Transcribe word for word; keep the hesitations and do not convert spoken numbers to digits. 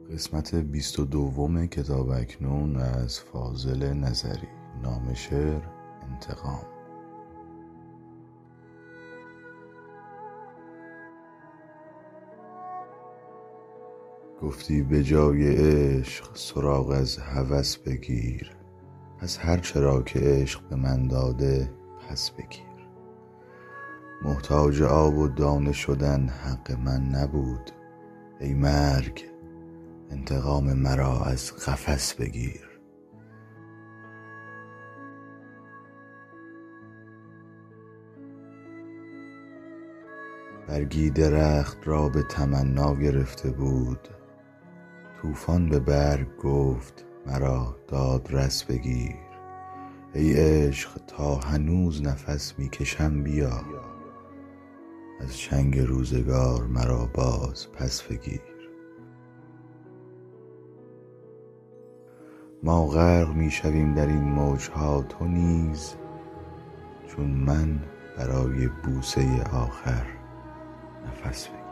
قسمت بیست و دوم کتاب اکنون از فاضل نظری. نام شعر انتقام. گفتی به جای عشق سراغ از هوس بگیر، پس هر چرا که عشق به من داده پس بگیر. محتاج آب و دانه شدن حق من نبود، ای مرگ انتقام مرا از قفس بگیر. برگی درخت را به تمنا گرفته بود، طوفان به برگ گفت مرا دادرس بگیر. ای عشق تا هنوز نفس می کشم بیا، از چنگ روزگار مرا باز پس بگیر. ما غرق می شویم در این موجها، تو نیز چون من برای بوسه آخر نفس بگیر.